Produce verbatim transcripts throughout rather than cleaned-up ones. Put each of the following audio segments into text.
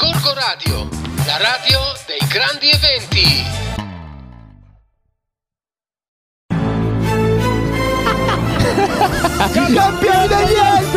Gorgo Radio, la radio dei grandi eventi. Campioni degli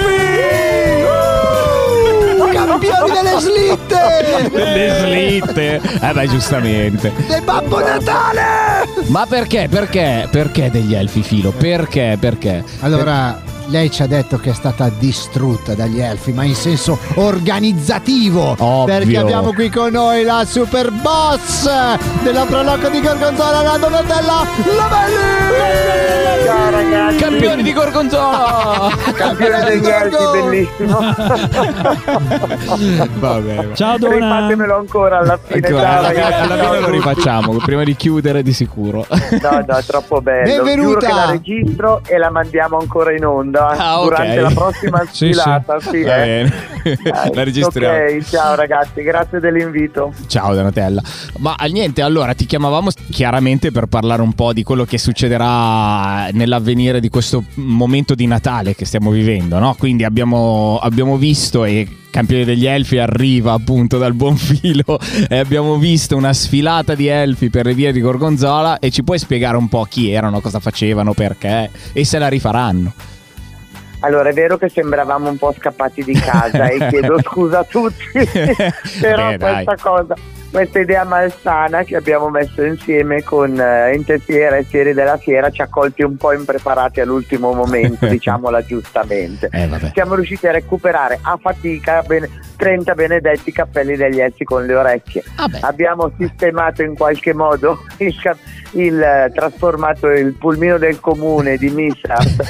Elfi! Campioni delle slitte! Delle slitte! Eh beh, giustamente. Del Babbo Natale! Ma perché? Perché? Perché degli Elfi, Filo? Perché? Perché? Allora, lei ci ha detto che è stata distrutta dagli Elfi, ma in senso organizzativo. Ovvio. Perché abbiamo qui con noi la super boss della Proloco di Gorgonzola, la Donatella Lomelli! Ciao ragazzi! Campioni di Gorgonzola! Campione degli Elfi, bellissimo! Vabbè. Ciao Dona! Rifatemelo ancora alla fine, Ecco, ciao alla, fine, ragazzi! alla fine lo rifacciamo, prima di chiudere di sicuro. No, no, è troppo bello. Benvenuta. Giuro che la registro e la mandiamo ancora in onda Ah, ok. durante la prossima Sì, sfilata. Sì, Va eh. bene. Dai, La registriamo. Ok, ciao ragazzi, grazie dell'invito. Ciao Donatella. Ma niente, allora ti chiamavamo chiaramente per parlare un po' di quello che succederà nell'avvenire di questo momento di Natale che stiamo vivendo, no? Quindi abbiamo, abbiamo visto e Campioni degli Elfi arriva appunto dal buon filo e abbiamo visto una sfilata di elfi per le vie di Gorgonzola e ci puoi spiegare un po' chi erano, cosa facevano, perché e se la rifaranno? Allora, è vero che sembravamo un po' scappati di casa e chiedo scusa a tutti, però Beh, dai. questa cosa, questa idea malsana che abbiamo messo insieme con uh, Interfiera e Fieri della Fiera ci ha colti un po' impreparati all'ultimo momento, diciamola giustamente. Eh, vabbè. Siamo riusciti a recuperare a fatica ben trenta benedetti cappelli degli Elfi con le orecchie. Vabbè. Abbiamo sistemato in qualche modo il, cap- il eh, trasformato il pulmino del comune di Missart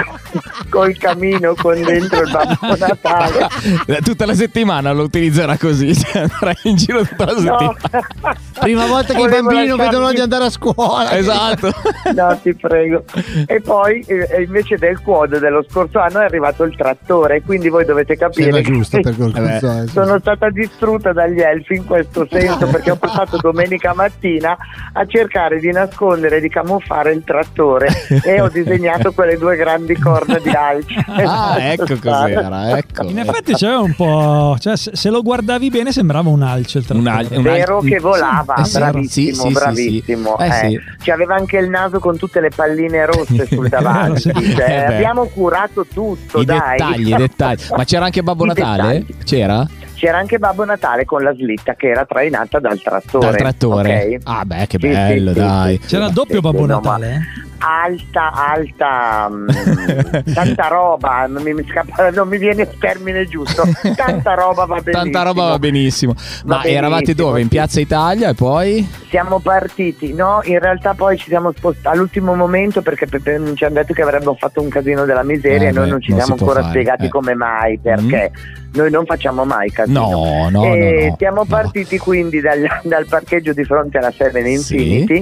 col camino con dentro il Babbo Natale. Tutta la settimana lo utilizzerà così, cioè andrà in giro tutta la No. settimana. Prima volta che i Volevo bambini non lasciarvi- vedono di andare a scuola. Esatto. No, ti prego. E poi eh, invece del quad dello scorso anno è arrivato il trattore, quindi voi dovete capire Sembra che giusto per Gorgonzola. sì. sono stata distrutta dagli Elfi in questo senso, perché ho passato domenica mattina a cercare di nascondere e di camuffare il trattore e ho disegnato quelle due grandi corna di alce. Ah, ecco cos'era, ecco. In effetti c'era un po', cioè se se lo guardavi bene sembrava un alce il trattore. Un al- un al- Vero che volava, Eh sì, bravissimo, sì, sì, sì, bravissimo. sì. Eh, Eh, sì. Ci aveva anche il naso con tutte le palline rosse sul davanti. Sì. Cioè, Eh beh. abbiamo curato tutto, I dai. dettagli, i dettagli. Ma c'era anche Babbo I Natale? dettagli. C'era? C'era anche Babbo Natale con la slitta che era trainata dal trattore. Dal trattore? ok? Ah beh, che Sì, bello, sì, sì, dai. sì. C'era il doppio Sì, Babbo sì, no, Natale, eh? Alta, alta, mh, tanta roba, non mi, mi scappa, non mi viene il termine giusto. Tanta roba va benissimo. Tanta roba va benissimo. Ma Va benissimo, eravate dove? In sì. Piazza Italia e poi? Siamo partiti, no? In realtà poi ci siamo spostati all'ultimo momento perché Pepe ci hanno detto che avrebbero fatto un casino della miseria Eh e noi beh, non ci non siamo si può ancora fare, spiegati eh. come mai, perché noi non facciamo mai casino. No, no, e no, no. siamo no. partiti quindi dal, dal parcheggio di fronte alla Seven Sì. Infinity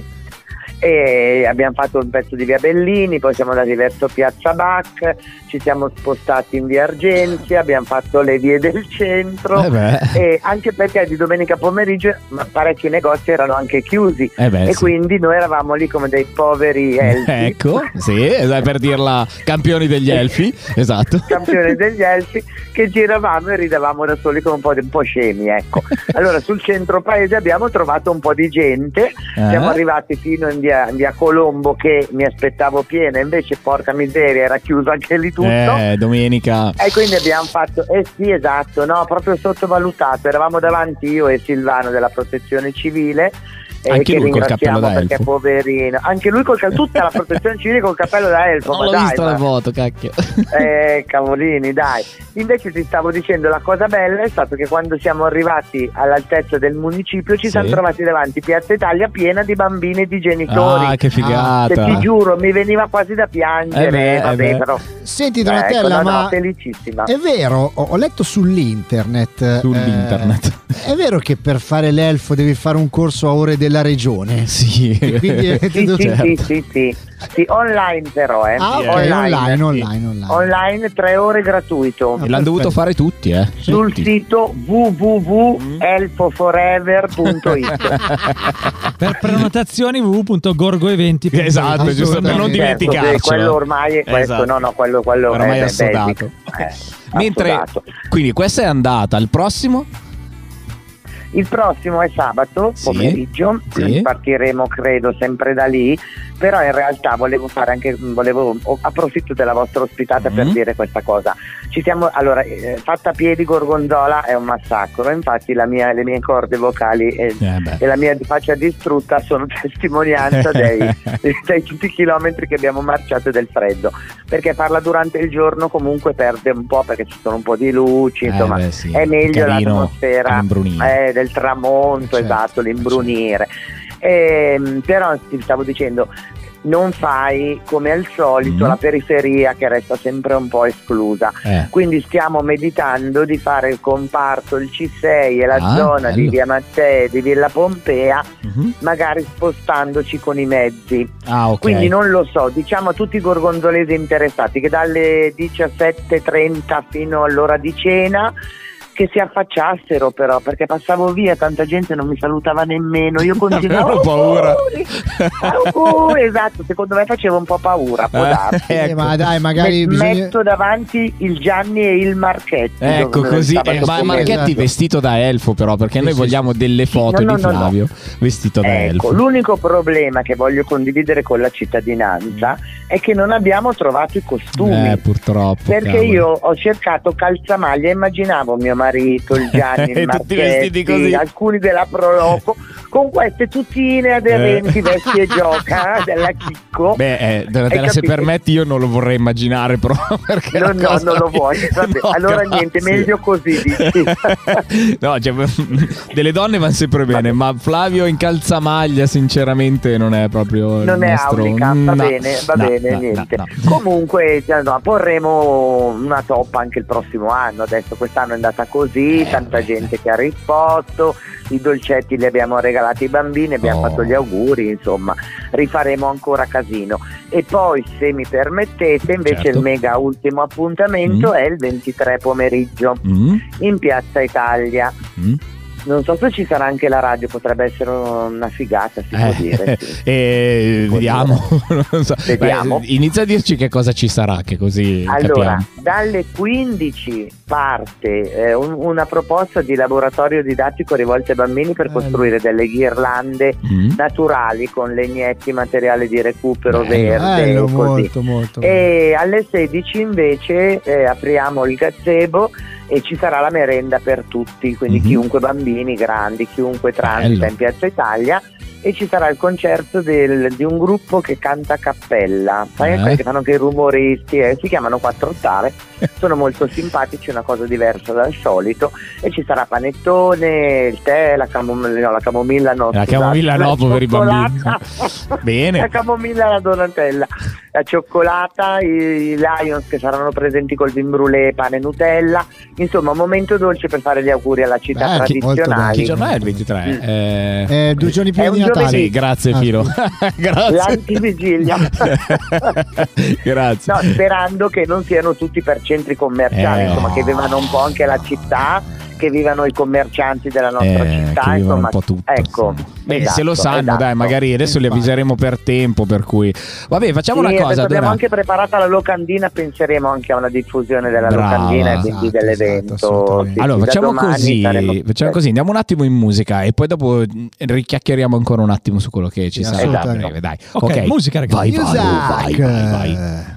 e abbiamo fatto un pezzo di via Bellini, poi siamo andati verso Piazza Bach, ci siamo spostati in via Argentia, abbiamo fatto le vie del centro. Eh beh. E anche perché di domenica pomeriggio ma parecchi negozi erano anche chiusi Eh beh, e sì. quindi noi eravamo lì come dei poveri elfi. Ecco, sì, esatto, per dirla campioni degli elfi, esatto. Campioni degli elfi che giravamo e ridevamo da soli come un po', un po' scemi, ecco. Allora sul centro paese abbiamo trovato un po' di gente, Eh? siamo arrivati fino in via, in via Colombo che mi aspettavo piena, invece porca miseria era chiuso anche lì tutto. Eh, domenica. E quindi abbiamo fatto, eh sì esatto, no, proprio sottovalutato, eravamo davanti io e Silvano della Protezione Civile. eh, Anche che lui col ringraziamo cappello da perché elfo. poverino, anche lui col tutta la Protezione Civile col cappello da elfo. Non ma l'ho dai, vista ma- la foto, cacchio. eh, cavolini, dai. Invece ti stavo dicendo, la cosa bella è stato che quando siamo arrivati all'altezza del municipio ci Sì. siamo trovati davanti Piazza Italia piena di bambini e di genitori. Ah, che Che figata. ti giuro, mi veniva quasi da piangere. Eh beh, eh vabbè, beh. però. Senti Ecco, Donatella, no, no, ma felicissima. è vero, ho, ho letto sull'internet Sull'internet. eh, è vero che per fare l'elfo devi fare un corso a ore della regione? Sì. E quindi è Sì, tutto sì, certo. sì, sì, sì. Sì, online però, eh. Ah, ok, online, online, sì. online, online. Online, tre ore gratuito. E l'hanno dovuto fare tutti, eh. Sul Tutti. sito w w w punto elfoforever punto i t. Per prenotazioni w w w punto gorgoeventi punto it. Esatto, giusto per non Assolutamente. Certo, dimenticarci. sì, quello ormai è questo, Esatto. no, no, quello, quello Ormai è assodato. basic. Eh, Mentre, assodato. quindi questa è andata, il prossimo? Il prossimo è sabato Sì, pomeriggio, sì. partiremo credo sempre da lì, però in realtà volevo fare anche, volevo, approfitto della vostra ospitata Mm. per dire questa cosa. Ci siamo, allora, eh, fatta a piedi Gorgonzola è un massacro, infatti la mia, le mie corde vocali e, Eh beh. e la mia faccia distrutta sono testimonianza dei, dei tutti i chilometri che abbiamo marciato e del freddo, perché farla durante il giorno comunque perde un po', perché ci sono un po' di luci, Eh insomma beh, sì. è meglio Carino l'atmosfera l'imbrunire. eh, del tramonto, Certo, esatto, l'imbrunire. Ehm, però ti stavo dicendo, non fai come al solito Mm. la periferia che resta sempre un po' esclusa. Eh. Quindi stiamo meditando di fare il comparto, il C sei e la Ah, zona di bello. Via Mattei e di Villa Pompea, Mhm. magari spostandoci con i mezzi. Ah, ok. Quindi non lo so, diciamo a tutti i gorgonzolesi interessati che dalle diciassette e trenta fino all'ora di cena che si affacciassero, però, perché passavo via, tanta gente non mi salutava nemmeno, io continuavo Avevo paura. auguri, auguri, esatto, secondo me facevo un po' paura, può Eh, darsi. Eh, ecco. ma dai, magari Me- bisogna... metto davanti il Gianni e il Marchetti, Ecco dove- così, sabato eh, ma pomeriggio. Marchetti Esatto. vestito da elfo però, perché Sì, noi sì, vogliamo delle foto No, no, di no, no. Flavio vestito da Ecco, elfo. l'unico problema che voglio condividere con la cittadinanza è che non abbiamo trovato i costumi. Eh, purtroppo. Perché cavolo. io ho cercato calzamaglia, immaginavo mio marito, il Gianni, il Tutti vestiti così. Marchetti, alcuni della Proloco, con queste tutine aderenti, Eh. vesti e gioca della Chicco. Beh, eh, Donatella, Hai se capito? permetti io non lo vorrei immaginare però perché No, la no, cosa non lo mi- vuoi. Vabbè, No, allora grazie. niente, meglio così, dici. No, cioè, delle donne vanno sempre bene, ma Flavio in calzamaglia sinceramente non è proprio il Non è nostro... aulica, va No, bene, va no, bene, no, niente. no, no. Comunque cioè, no, porremo una toppa anche il prossimo anno, adesso quest'anno è andata così, Eh, tanta beh. gente che ha risposto, i dolcetti li abbiamo regalati ai bambini, abbiamo Oh. fatto gli auguri, insomma, rifaremo ancora casino. E poi se mi permettete invece Certo. il mega ultimo appuntamento Mm. è il ventitré pomeriggio Mm, in Piazza Italia. mm. Non so se ci sarà anche la radio, potrebbe essere una figata, si può Eh, dire. Sì. eh, Si può vediamo, non so. Vediamo. Beh, inizia a dirci che cosa ci sarà, che così Allora, capiamo. dalle quindici parte eh, un- una proposta di laboratorio didattico rivolta ai bambini per Bello. costruire delle ghirlande Mm. naturali con legnetti, materiale di recupero Bello. verde Bello, così. molto, molto. E alle sedici invece eh, apriamo il gazebo e ci sarà la merenda per tutti, quindi Mhm. chiunque bambini, grandi, chiunque transita Bello. in Piazza Italia, e ci sarà il concerto del- di un gruppo che canta a cappella, sai, Eh. quelli che fanno anche i rumoristi, eh, si chiamano Quattro Ottave, sono molto simpatici, una cosa diversa dal solito, e ci sarà panettone, il tè, la camomilla, no, la camomilla no, La scusate, camomilla la no, poveri bambini. cioccolata. Bene. La camomilla e la Donatella, la cioccolata, i Lions che saranno presenti col vin brûlé, pane e Nutella, insomma un momento dolce per fare gli auguri alla città Beh, che- molto tradizionali. Che giorno è il ventitré? Mm. Eh, Eh, due giorni È prima un di Natale. Sì, grazie Ah, Filo. scusa. Grazie. L'antivigilia. Grazie. No, sperando che non siano tutti per centri commerciali, Eh. insomma, che vivano un po' anche la città, che vivano i commercianti della nostra Eh, città, che vivono insomma, un po' tutto, ecco. insomma. Beh, esatto, se lo sanno, esatto. dai, magari adesso li Infatti. avviseremo per tempo, per cui vabbè, facciamo Sì, una adesso cosa, abbiamo Dora. anche preparata la locandina, penseremo anche a una diffusione della Brava. locandina e quindi Esatto, dell'evento. esatto, assolutamente. Sì, Allora sì, da facciamo domani così, saremo- facciamo così, andiamo un attimo in musica e poi dopo mm, richiacchieriamo ancora un attimo su quello che ci Sì, sarà a assolutamente. breve, dai. Ok, Ok, musica, ragazzi. vai, vai, vai, vai, vai.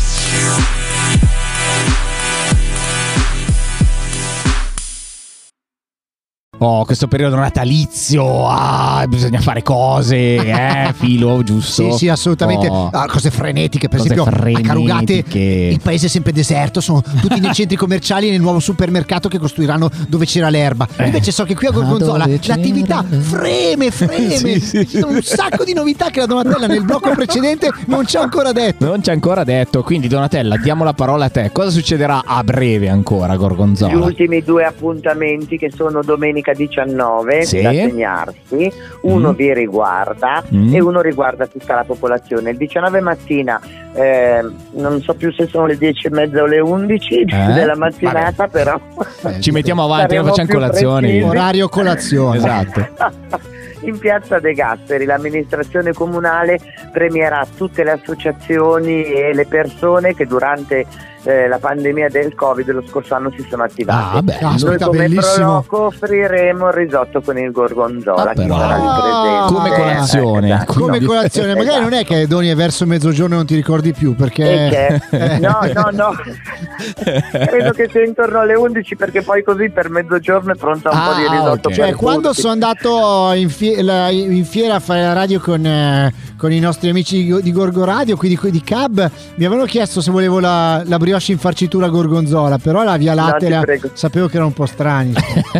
Oh, questo periodo natalizio, ah, bisogna fare cose, eh, Filo, giusto? Sì, sì, assolutamente. Oh. Ah, cose frenetiche, per Cose esempio a Carugate frenetiche. il paese è sempre deserto, sono tutti nei centri commerciali e nel nuovo supermercato che costruiranno dove c'era l'erba. Invece so che qui a Gorgonzola Ah, dove c'era l'attività l'erba. freme, freme. Sì, sì. Ci sono un sacco di novità che la Donatella nel blocco precedente non ci ha ancora detto. Non ci ha ancora detto, quindi Donatella, diamo la parola a te. Cosa succederà a breve ancora a Gli Gorgonzola? ultimi due appuntamenti che sono domenica diciannove Sì. da segnarsi, uno Mm. vi riguarda Mm. e uno riguarda tutta la popolazione. Il diciannove mattina, eh, non so più se sono le dieci e mezza o le undici Eh? della mattinata, però Eh, Ci mettiamo avanti, Saremo non facciamo più colazione. precisi. Orario colazione. Esatto. in piazza De Gasperi l'amministrazione comunale premierà tutte le associazioni e le persone che durante eh, la pandemia del Covid lo scorso anno si sono attivati. Ah, beh, Noi aspetta, come bellissimo. Proloco offriremo il risotto con il gorgonzola, Ah, chi però. sarà lì presente. Come colazione. Eh, esatto. Come colazione, magari Esatto. non è che Doni è verso mezzogiorno e non ti ricordi più, E perché che- no, no, no, credo che sia intorno alle undici, perché poi così per mezzogiorno è pronta un Ah, po' di risotto. ok. cioè, per quando tutti. sono andato in, fie- la- in fiera a fare la radio con, eh, con i nostri amici di, di Gorgo Radio, quindi quelli di Cab, mi avevano chiesto se volevo la, la brioche in farcitura gorgonzola, però la via No, ti lattea prego. sapevo che erano un po' strani.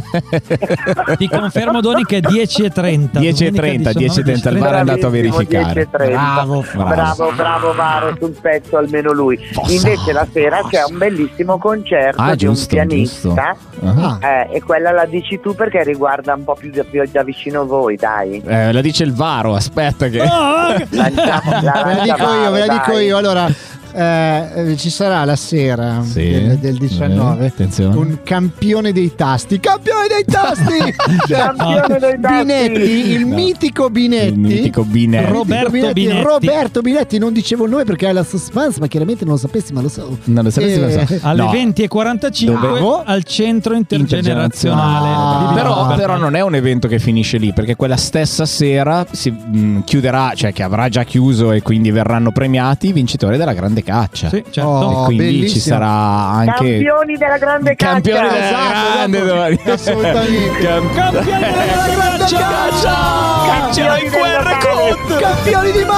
Ti confermo, Doni, che è dieci e trenta. dieci e trenta, dieci e trenta, il VAR è andato a Bravissimo, verificare. dieci e trenta. Bravo, bravo. bravo, bravo Varo, sul pezzo almeno lui. Fossa, Invece la sera c'è un bellissimo concerto Ah, di giusto, un pianista. Ah. Ah, Eh, e quella la dici tu perché riguarda un po' più da, più da vicino voi, dai. Eh, la dice il Varo, aspetta che... Oh, Lanciamo, la ve la lancia dico io, Varo, ve la dico dai. io. Allora, eh, eh, ci sarà la sera Sì. del, del diciannove Eh, attenzione. un campione dei tasti. Campione dei tasti! Cioè, Campione dei tasti. Binetti, il No. mitico Binetti. Il mitico Binetti. Roberto Binetti. Roberto Binetti, non dicevo il nome perché è la suspense, ma chiaramente non lo sapessi, ma lo so. Non lo sapessi, Eh, ma lo so. alle No. venti e quarantacinque Dove? al centro intergenerazionale. Ah. di Però, Roberto. però non è un evento che finisce lì, perché quella stessa sera si mh, chiuderà, cioè che avrà già chiuso e quindi verranno premiati i vincitori della grande caccia. Sì, certo. Oh, E quindi bellissimo. ci sarà anche Campioni della grande caccia. campioni della Esatto, grande esatto. Doni. Assolutamente. Cam- Campioni della grande caccia! Caccia in del guerra Natale. con Campioni di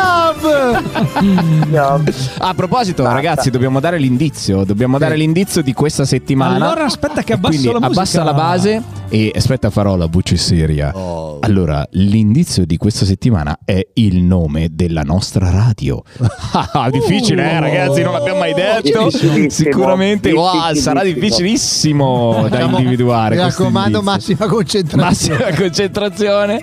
Martelab! No. A proposito, Basta. ragazzi, dobbiamo dare l'indizio. Dobbiamo dare l'indizio di questa settimana. Allora aspetta che abbasso Quindi la musica. abbassa la base e aspetta, farò la voce seria. Oh. Allora, l'indizio di questa settimana è il nome della nostra radio. Ah, difficile, eh, ragazzi, non l'abbiamo mai detto. Difficilissimo. Sicuramente wow, sarà difficilissimo da Facciamo- individuare. Mi questo raccomando, indizio. massima concentrazione. Massima concentrazione.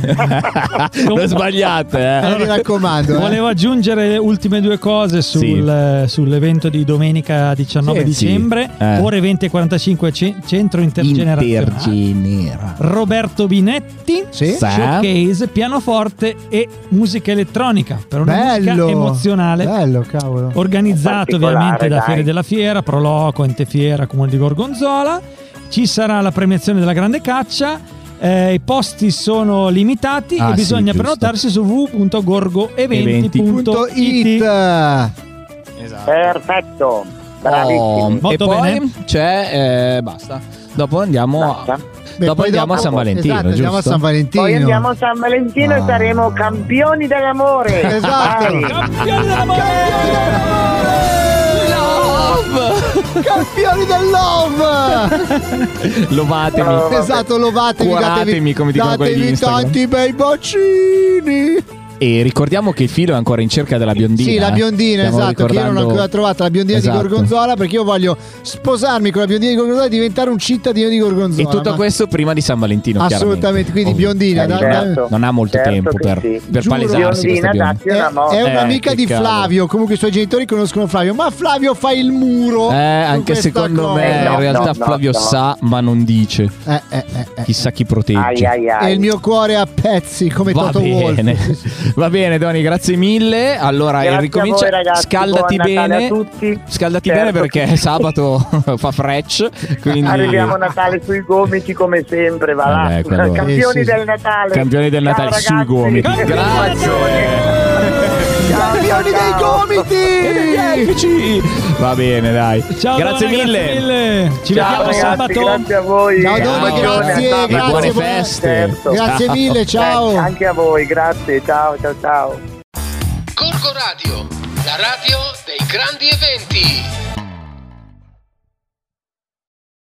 Non sbagliate, eh. Eh, mi raccomando. eh. Volevo aggiungere le ultime due cose sul, Sì. eh, sull'evento di domenica diciannove Sì, dicembre, sì. Eh. ore venti e quarantacinque, ce- centro intergenerazionale. Intergenera. Roberto Binetti, Sì? showcase, pianoforte e musica elettronica per una Bello. musica emozionale. Bello, cavolo. Organizzato Particolare, ovviamente da dai. Fiere della Fiera, Proloco, Ente Fiera, Comune di Gorgonzola. Ci sarà la premiazione della grande caccia. Eh, I posti sono limitati Ah, e sì, bisogna giusto. prenotarsi su w w w punto gorgoeventi punto Punto it. it. Esatto. Perfetto. Bravissimo. Oh, Molto e poi bene. c'è eh, basta. Dopo andiamo Basta. Beh, dopo poi andiamo a San Valentino, esatto, andiamo a giusto? San Valentino. Poi andiamo a San Valentino Ah. e saremo campioni dell'amore. Esatto. Vai. Campioni dell'amore! Campioni del love! Lovatemi. Oh, vabbè. Esatto, lovatevi, Cuoratemi, datevi, come dicono quelli di datevi Instagram. tanti bei bacini. E ricordiamo che il filo è ancora in cerca della biondina. Sì, la eh. biondina, Stiamo esatto, che io non ho ricordando- ancora trovato la biondina Esatto. di Gorgonzola, perché io voglio sposarmi con la biondina di Gorgonzola e diventare un cittadino di E Gorgonzola. tutto ma- questo prima di San Valentino. Assolutamente, chiaramente. quindi Ovvio. biondina, Eh, da- certo. non ha molto Certo tempo che per, sì. per Giuro. palesarsi questa Biondina, bionda. datti una È, mossa. è Eh, un'amica che di cavolo. Flavio, comunque i suoi genitori conoscono Flavio, ma Flavio fa il muro. Eh, su anche questa secondo cosa. me Eh, no, in realtà no, no, Flavio no. sa, ma non dice. Eh, eh, eh, eh. Chissà chi protegge. Ai, ai, ai. E il mio cuore è a pezzi come Va Toto bene, Wolff. va bene Doni, grazie mille. Allora Grazie ricomincia. a voi, ragazzi. Scaldati Buon Natale bene. a tutti. Scaldati Certo. bene perché sabato fa frecce. Quindi Arriviamo a Natale sui gomiti come sempre, va là. Vabbè, quello- Campioni Sì, sì. del Natale. Campioni del Ciao, Natale ragazzi. sui gomiti. Campioni Grazie. Ciao, Campioni ciao, dei ciao. gomiti! Eccoci. Va bene, dai. Ciao, grazie Donna, mille. grazie mille. Ci Ciao, vediamo ragazzi, sabato. grazie a voi. Ciao, Donna, Buon grazie, giorno, E grazie, buone buon- feste. Certo. Grazie Ciao. mille, ciao. Eh, anche a voi, grazie. Ciao, ciao, ciao. Gorgo Radio, la radio dei grandi eventi.